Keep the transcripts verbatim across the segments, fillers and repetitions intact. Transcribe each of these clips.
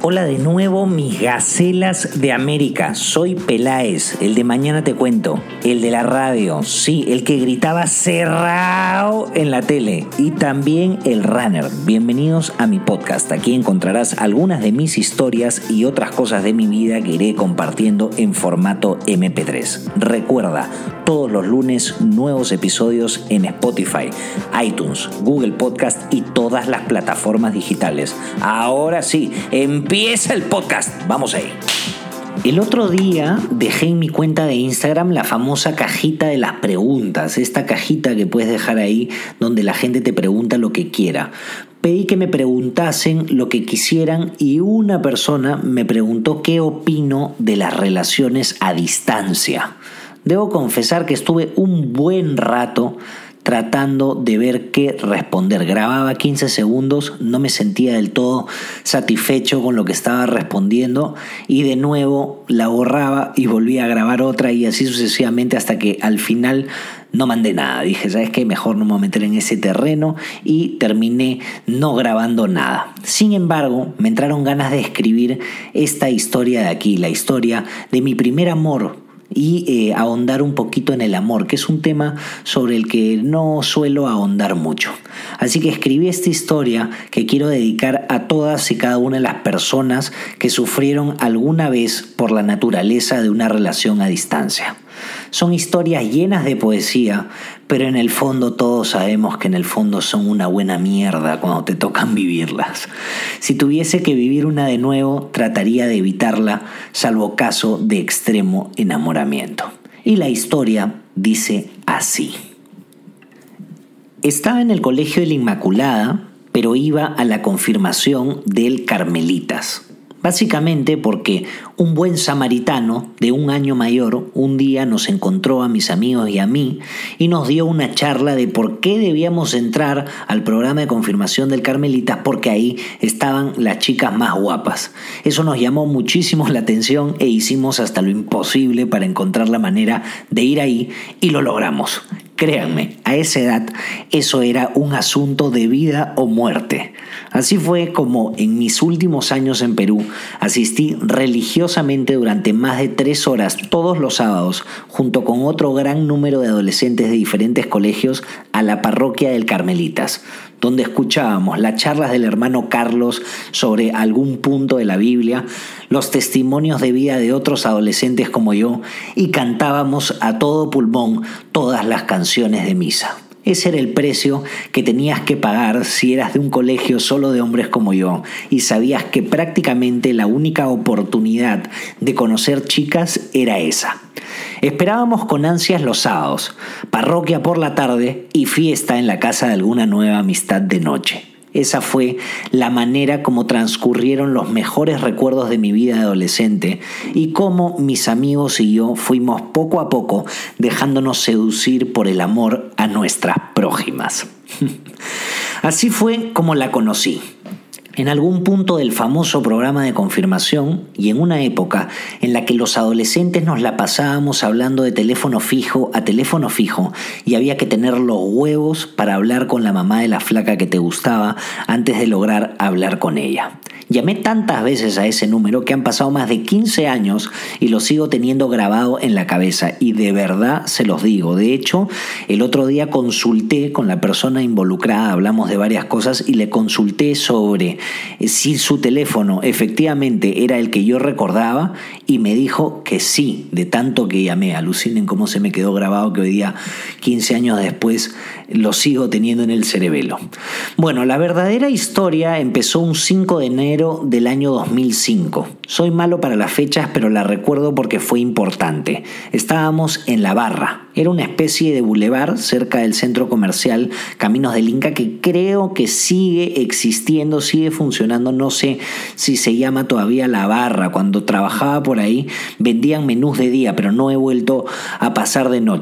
Hola de nuevo, mis gacelas de América. Soy Peláez, el de Mañana Te Cuento, el de la radio, sí, el que gritaba cerrado en la tele, y también el runner. Bienvenidos a mi podcast. Aquí encontrarás algunas de mis historias y otras cosas de mi vida que iré compartiendo en formato eme pe tres. Recuerda, todos los lunes nuevos episodios en Spotify, iTunes, Google Podcast y todas las plataformas digitales. Ahora sí, empieza el podcast. Vamos ahí. El otro día dejé en mi cuenta de Instagram la famosa cajita de las preguntas, esta cajita que puedes dejar ahí donde la gente te pregunta lo que quiera. Pedí que me preguntasen lo que quisieran y una persona me preguntó qué opino de las relaciones a distancia. Debo confesar que estuve un buen rato tratando de ver qué responder. Grababa quince segundos, no me sentía del todo satisfecho con lo que estaba respondiendo y de nuevo la borraba y volvía a grabar otra y así sucesivamente hasta que al final no mandé nada. Dije, ¿sabes qué? Mejor no me voy a meter en ese terreno y terminé no grabando nada. Sin embargo, me entraron ganas de escribir esta historia de aquí, la historia de mi primer amor, y eh, ahondar un poquito en el amor, que es un tema sobre el que no suelo ahondar mucho. Así que escribí esta historia que quiero dedicar a todas y cada una de las personas que sufrieron alguna vez por la naturaleza de una relación a distancia. Son historias llenas de poesía, pero en el fondo todos sabemos que en el fondo son una buena mierda cuando te tocan vivirlas. Si tuviese que vivir una de nuevo, trataría de evitarla, salvo caso de extremo enamoramiento. Y la historia dice así. Estaba en el colegio de la Inmaculada, pero iba a la confirmación del Carmelitas. Básicamente porque un buen samaritano de un año mayor un día nos encontró a mis amigos y a mí y nos dio una charla de por qué debíamos entrar al programa de confirmación del Carmelitas, porque ahí estaban las chicas más guapas. Eso nos llamó muchísimo la atención e hicimos hasta lo imposible para encontrar la manera de ir ahí y lo logramos. Créanme, a esa edad eso era un asunto de vida o muerte. Así fue como en mis últimos años en Perú asistí religiosamente durante más de tres horas todos los sábados, junto con otro gran número de adolescentes de diferentes colegios, a la parroquia del Carmelitas, donde escuchábamos las charlas del hermano Carlos sobre algún punto de la Biblia, los testimonios de vida de otros adolescentes como yo, y cantábamos a todo pulmón todas las canciones de misa. Ese era el precio que tenías que pagar si eras de un colegio solo de hombres como yo y sabías que prácticamente la única oportunidad de conocer chicas era esa. Esperábamos con ansias los sábados, parroquia por la tarde y fiesta en la casa de alguna nueva amistad de noche. Esa fue la manera como transcurrieron los mejores recuerdos de mi vida de adolescente y cómo mis amigos y yo fuimos poco a poco dejándonos seducir por el amor a nuestras prójimas. Así fue como la conocí. En algún punto del famoso programa de confirmación y en una época en la que los adolescentes nos la pasábamos hablando de teléfono fijo a teléfono fijo y había que tener los huevos para hablar con la mamá de la flaca que te gustaba antes de lograr hablar con ella. Llamé tantas veces a ese número que han pasado más de quince años y lo sigo teniendo grabado en la cabeza y de verdad se los digo. De hecho, el otro día consulté con la persona involucrada, hablamos de varias cosas y le consulté sobre si su teléfono efectivamente era el que yo recordaba y me dijo que sí, de tanto que llamé. Alucinen cómo se me quedó grabado que hoy día, quince años después, lo sigo teniendo en el cerebelo. Bueno, la verdadera historia empezó un cinco de enero del año dos mil cinco. Soy malo para las fechas, pero la recuerdo porque fue importante. Estábamos en La Barra. Era una especie de bulevar cerca del centro comercial Caminos del Inca que creo que sigue existiendo, sigue funcionando. No sé si se llama todavía La Barra. Cuando trabajaba por ahí vendían menús de día, pero no he vuelto a pasar de noche.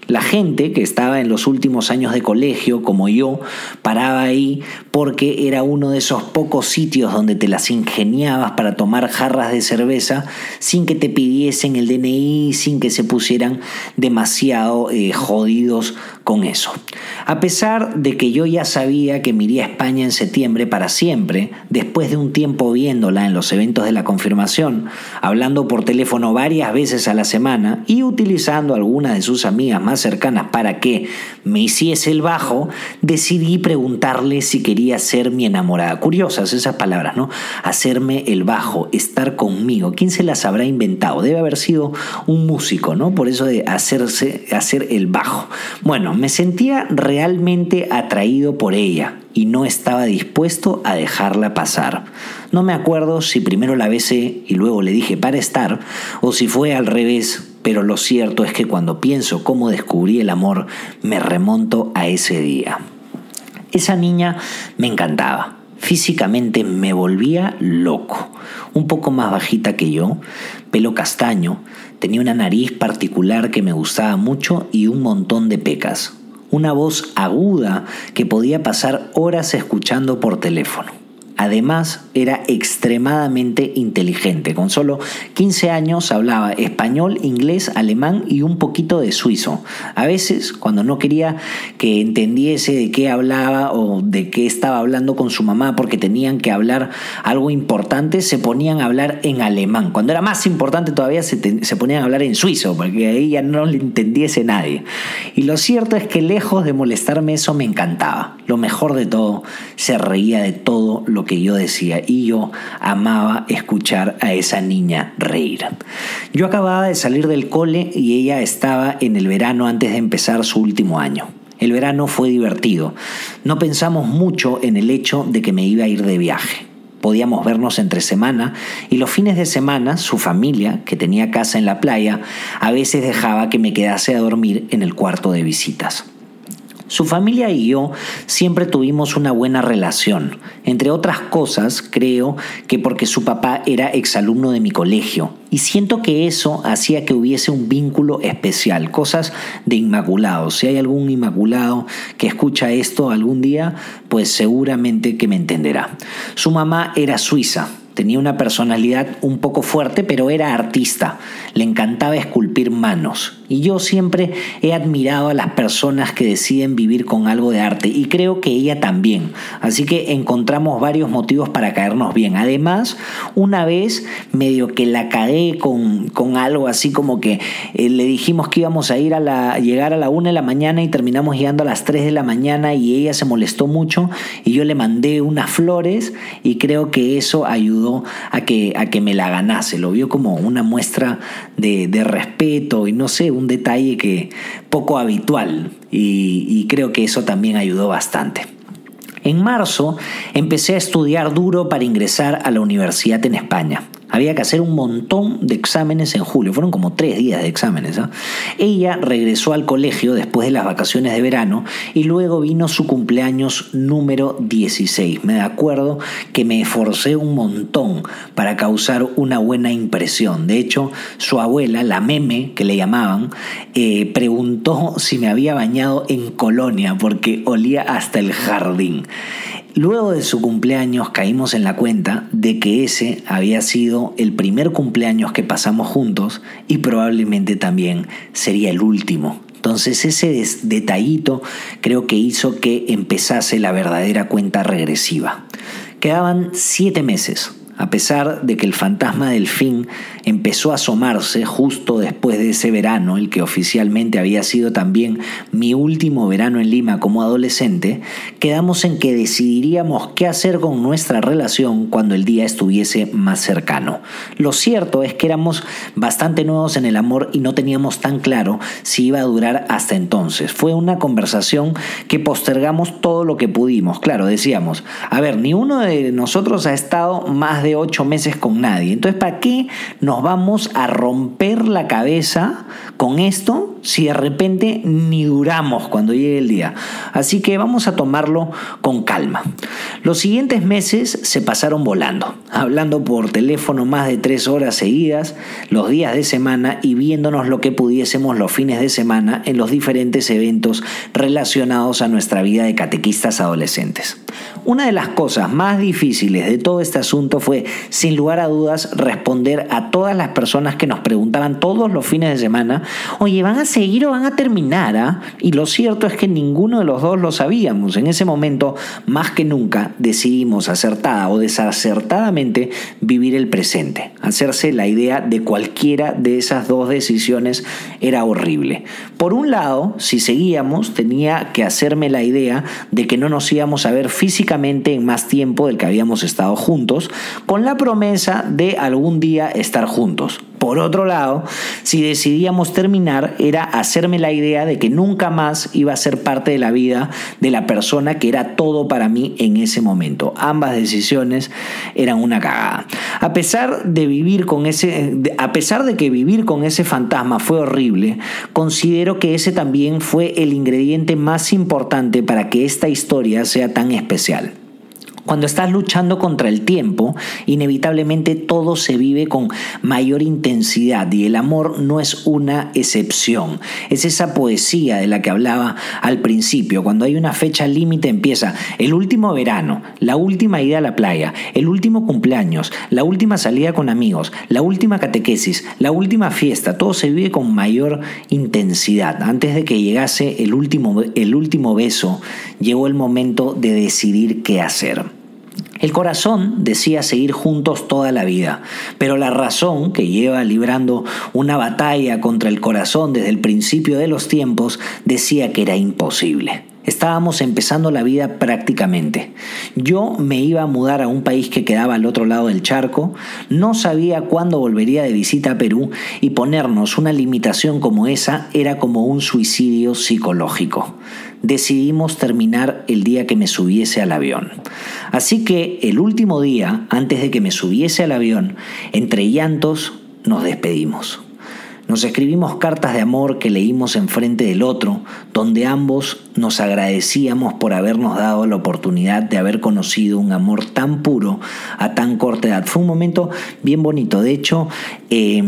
La gente que estaba en los últimos años de colegio, como yo, paraba ahí porque era uno de esos pocos sitios donde te las ingeniabas para tomar jarras de cerveza sin que te pidiesen el D N I, sin que se pusieran demasiado eh, jodidos con eso. A pesar de que yo ya sabía que me iría a España en septiembre para siempre, después de un tiempo viéndola en los eventos de la confirmación, hablando por teléfono varias veces a la semana y utilizando algunas de sus amigas más cercanas para que me hiciese el bajo, decidí preguntarle si quería ser mi enamorada. Curiosas esas palabras, ¿no? Hacerme el bajo, estar conmigo. ¿Quién se las habrá inventado? Debe haber sido un músico, ¿no? Por eso de hacerse, hacer el bajo. Bueno, me sentía realmente atraído por ella y no estaba dispuesto a dejarla pasar. No me acuerdo si primero la besé y luego le dije para estar, o si fue al revés, pero lo cierto es que cuando pienso cómo descubrí el amor, me remonto a ese día. Esa niña me encantaba. Físicamente me volvía loco. Un poco más bajita que yo, pelo castaño, tenía una nariz particular que me gustaba mucho y un montón de pecas. Una voz aguda que podía pasar horas escuchando por teléfono. Además, era extremadamente inteligente. Con solo quince años hablaba español, inglés, alemán y un poquito de suizo. A veces, cuando no quería que entendiese de qué hablaba o de qué estaba hablando con su mamá porque tenían que hablar algo importante, se ponían a hablar en alemán. Cuando era más importante todavía se, te, se ponían a hablar en suizo porque ahí ya no le entendiese nadie. Y lo cierto es que lejos de molestarme eso me encantaba. Lo mejor de todo, se reía de todo lo que yo decía y yo amaba escuchar a esa niña reír. Yo acababa de salir del cole y ella estaba en el verano antes de empezar su último año. El verano fue divertido. No pensamos mucho en el hecho de que me iba a ir de viaje. Podíamos vernos entre semana y los fines de semana su familia, que tenía casa en la playa, a veces dejaba que me quedase a dormir en el cuarto de visitas. Su familia y yo siempre tuvimos una buena relación. Entre otras cosas, creo que porque su papá era exalumno de mi colegio. Y siento que eso hacía que hubiese un vínculo especial. Cosas de inmaculados. Si hay algún inmaculado que escucha esto algún día, pues seguramente que me entenderá. Su mamá era suiza. Tenía una personalidad un poco fuerte, pero era artista. Le encantaba esculpir manos. Y yo siempre he admirado a las personas que deciden vivir con algo de arte. Y creo que ella también. Así que encontramos varios motivos para caernos bien. Además, una vez medio que la cagué con, con algo así como que eh, le dijimos que íbamos a ir a la, llegar a la una de la mañana y terminamos llegando a las tres de la mañana y ella se molestó mucho y yo le mandé unas flores y creo que eso ayudó a que, a que me la ganase. Lo vio como una muestra de, de respeto y no sé, un detalle que poco habitual y, y creo que eso también ayudó bastante. En marzo empecé a estudiar duro para ingresar a la universidad en España. Había que hacer un montón de exámenes en julio. Fueron como tres días de exámenes, ¿eh? Ella regresó al colegio después de las vacaciones de verano y luego vino su cumpleaños número dieciséis. Me acuerdo que me esforcé un montón para causar una buena impresión. De hecho, su abuela, la meme que le llamaban, eh, preguntó si me había bañado en colonia porque olía hasta el jardín. Luego de su cumpleaños caímos en la cuenta de que ese había sido el primer cumpleaños que pasamos juntos y probablemente también sería el último. Entonces ese des- detallito creo que hizo que empezase la verdadera cuenta regresiva. Quedaban siete meses. A pesar de que el fantasma del fin empezó a asomarse justo después de ese verano, el que oficialmente había sido también mi último verano en Lima como adolescente, quedamos en que decidiríamos qué hacer con nuestra relación cuando el día estuviese más cercano. Lo cierto es que éramos bastante nuevos en el amor y no teníamos tan claro si iba a durar hasta entonces. Fue una conversación que postergamos todo lo que pudimos. Claro, decíamos, a ver, ni uno de nosotros ha estado más de de ocho meses con nadie. Entonces, ¿para qué nos vamos a romper la cabeza con esto si de repente ni duramos cuando llegue el día? Así que vamos a tomarlo con calma. Los siguientes meses se pasaron volando, hablando por teléfono más de tres horas seguidas, los días de semana y viéndonos lo que pudiésemos los fines de semana en los diferentes eventos relacionados a nuestra vida de catequistas adolescentes. Una de las cosas más difíciles de todo este asunto fue, sin lugar a dudas, responder a todas las personas que nos preguntaban todos los fines de semana: oye, ¿van a seguir o van a terminar? ¿Ah? Y lo cierto es que ninguno de los dos lo sabíamos. En ese momento, más que nunca, decidimos acertada o desacertadamente vivir el presente. Hacerse la idea de cualquiera de esas dos decisiones era horrible. Por un lado, si seguíamos, tenía que hacerme la idea de que no nos íbamos a ver físicamente en más tiempo del que habíamos estado juntos, con la promesa de algún día estar juntos. Por otro lado, si decidíamos terminar, era hacerme la idea de que nunca más iba a ser parte de la vida de la persona que era todo para mí en ese momento. Ambas decisiones eran una cagada. A pesar de vivir con ese, a pesar de que vivir con ese fantasma fue horrible, considero que ese también fue el ingrediente más importante para que esta historia sea tan especial. Cuando estás luchando contra el tiempo, inevitablemente todo se vive con mayor intensidad y el amor no es una excepción. Es esa poesía de la que hablaba al principio. Cuando hay una fecha límite empieza el último verano, la última ida a la playa, el último cumpleaños, la última salida con amigos, la última catequesis, la última fiesta. Todo se vive con mayor intensidad. Antes de que llegase el último, el último beso, llegó el momento de decidir qué hacer. El corazón decía seguir juntos toda la vida, pero la razón, que lleva librando una batalla contra el corazón desde el principio de los tiempos, decía que era imposible. Estábamos empezando la vida prácticamente. Yo me iba a mudar a un país que quedaba al otro lado del charco, no sabía cuándo volvería de visita a Perú y ponernos una limitación como esa era como un suicidio psicológico. Decidimos terminar el día que me subiese al avión. Así que el último día, antes de que me subiese al avión, entre llantos nos despedimos. Nos escribimos cartas de amor que leímos enfrente del otro, donde ambos nos agradecíamos por habernos dado la oportunidad de haber conocido un amor tan puro a tan corta edad. Fue un momento bien bonito. De hecho, eh,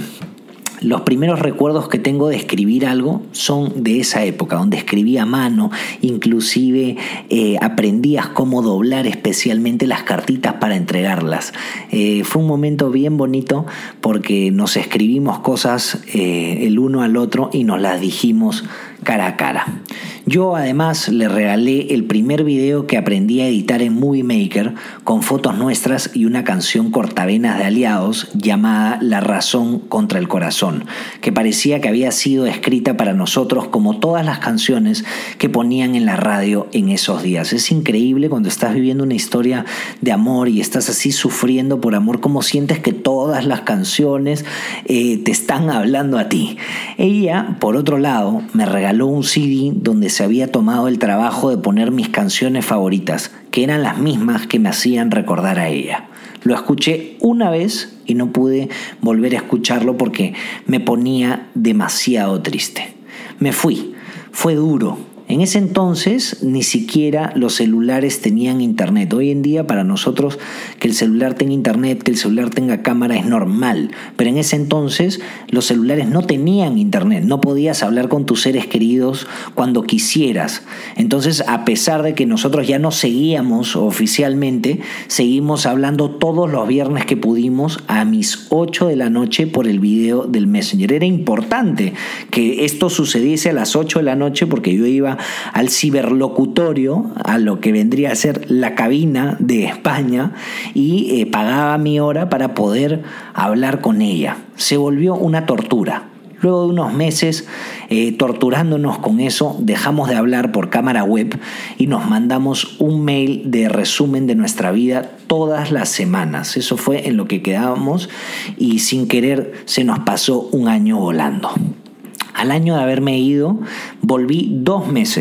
los primeros recuerdos que tengo de escribir algo son de esa época, donde escribía a mano, inclusive eh, aprendías cómo doblar especialmente las cartitas para entregarlas. Eh, fue un momento bien bonito porque nos escribimos cosas eh, el uno al otro y nos las dijimos cara a cara. Yo además le regalé el primer video que aprendí a editar en Movie Maker con fotos nuestras y una canción cortavenas de Aliados llamada La razón contra el corazón, que parecía que había sido escrita para nosotros como todas las canciones que ponían en la radio en esos días. Es increíble cuando estás viviendo una historia de amor y estás así sufriendo por amor, como sientes que todas las canciones eh, te están hablando a ti. Ella, por otro lado, me regaló un C D donde se había tomado el trabajo de poner mis canciones favoritas, que eran las mismas que me hacían recordar a ella. Lo escuché una vez y no pude volver a escucharlo porque me ponía demasiado triste. Me fui. Fue duro. En ese entonces ni siquiera los celulares tenían internet. Hoy en día para nosotros que el celular tenga internet, que el celular tenga cámara es normal. Pero en ese entonces los celulares no tenían internet. No podías hablar con tus seres queridos cuando quisieras. Entonces, a pesar de que nosotros ya no seguíamos oficialmente, seguimos hablando todos los viernes que pudimos a mis ocho de la noche por el video del Messenger. Era importante que esto sucediese a las ocho de la noche porque yo iba al ciberlocutorio, a lo que vendría a ser la cabina de España, y eh, pagaba mi hora para poder hablar con ella. Se volvió una tortura. Luego de unos meses eh, torturándonos con eso, dejamos de hablar por cámara web y nos mandamos un mail de resumen de nuestra vida todas las semanas. Eso fue en lo que quedábamos y sin querer se nos pasó un año volando. Al año de haberme ido, volví dos meses.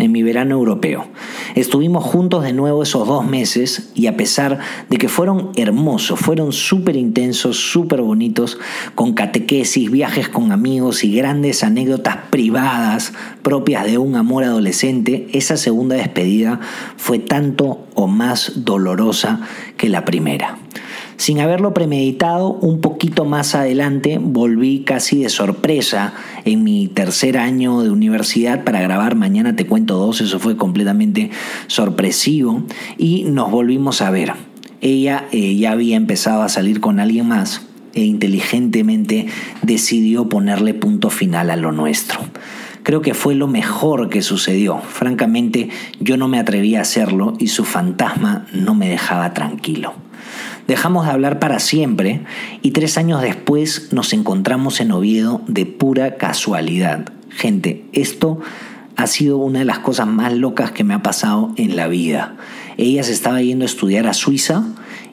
en mi verano europeo. Estuvimos juntos de nuevo esos dos meses y a pesar de que fueron hermosos, fueron súper intensos, súper bonitos, con catequesis, viajes con amigos y grandes anécdotas privadas propias de un amor adolescente, esa segunda despedida fue tanto o más dolorosa que la primera. Sin haberlo premeditado, un poquito más adelante volví casi de sorpresa en mi tercer año de universidad para grabar Mañana te cuento dos, eso fue completamente sorpresivo y nos volvimos a ver. Ella eh, ya había empezado a salir con alguien más e inteligentemente decidió ponerle punto final a lo nuestro. Creo que fue lo mejor que sucedió. Francamente, yo no me atreví a hacerlo y su fantasma no me dejaba tranquilo. Dejamos de hablar para siempre y tres años después nos encontramos en Oviedo de pura casualidad. Gente, esto ha sido una de las cosas más locas que me ha pasado en la vida. Ella se estaba yendo a estudiar a Suiza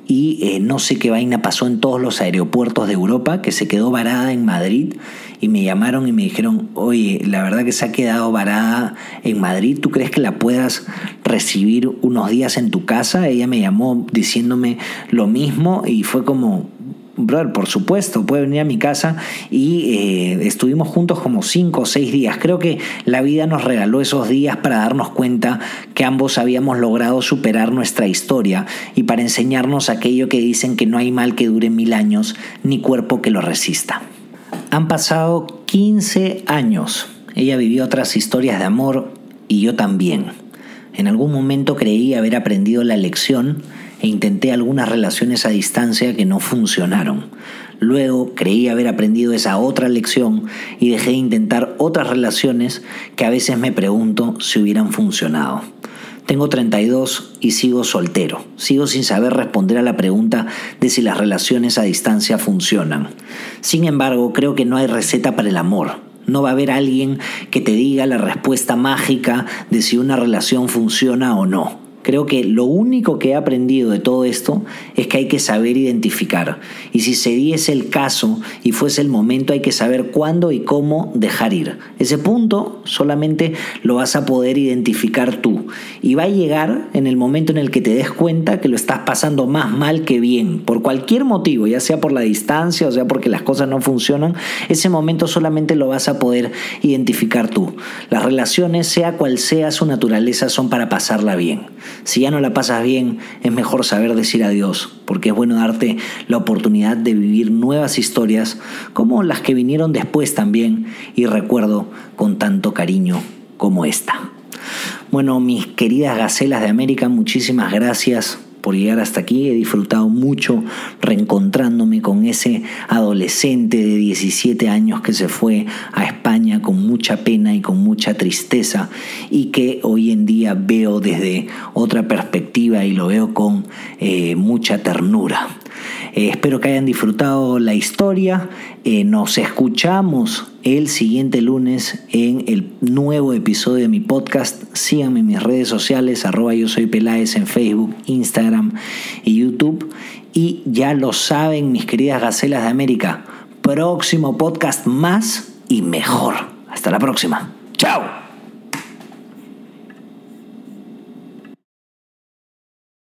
y eh, no sé qué vaina pasó en todos los aeropuertos de Europa, que se quedó varada en Madrid y me llamaron y me dijeron, oye, la verdad que se ha quedado varada en Madrid, ¿tú crees que la puedas recibir unos días en tu casa? Ella me llamó diciéndome lo mismo y fue como, brother, por supuesto, puede venir a mi casa y eh, estuvimos juntos como cinco o seis días. Creo que la vida nos regaló esos días para darnos cuenta que ambos habíamos logrado superar nuestra historia y para enseñarnos aquello que dicen que no hay mal que dure mil años ni cuerpo que lo resista. Han pasado quince años. Ella vivió otras historias de amor y yo también. En algún momento creí haber aprendido la lección e intenté algunas relaciones a distancia que no funcionaron. Luego creí haber aprendido esa otra lección y dejé de intentar otras relaciones que a veces me pregunto si hubieran funcionado. Tengo treinta y dos y sigo soltero. Sigo sin saber responder a la pregunta de si las relaciones a distancia funcionan. Sin embargo, creo que no hay receta para el amor. No va a haber alguien que te diga la respuesta mágica de si una relación funciona o no. Creo que lo único que he aprendido de todo esto es que hay que saber identificar. Y si se diese el caso y fuese el momento, hay que saber cuándo y cómo dejar ir. Ese punto solamente lo vas a poder identificar tú. Y va a llegar en el momento en el que te des cuenta que lo estás pasando más mal que bien. Por cualquier motivo, ya sea por la distancia o sea porque las cosas no funcionan, ese momento solamente lo vas a poder identificar tú. Las relaciones, sea cual sea su naturaleza, son para pasarla bien. Si ya no la pasas bien, es mejor saber decir adiós, porque es bueno darte la oportunidad de vivir nuevas historias como las que vinieron después también y recuerdo con tanto cariño como esta. Bueno, mis queridas gacelas de América, muchísimas gracias por llegar hasta aquí. He disfrutado mucho reencontrándome con ese adolescente de diecisiete años que se fue a España con mucha pena y con mucha tristeza y que hoy en día veo desde otra perspectiva y lo veo con eh, mucha ternura. Eh, espero que hayan disfrutado la historia. Eh, nos escuchamos el siguiente lunes en el nuevo episodio de mi podcast. Síganme en mis redes sociales, arroba yo soy Peláez en Facebook, Instagram y YouTube. Y ya lo saben, mis queridas gacelas de América, próximo podcast más y mejor. Hasta la próxima. ¡Chao!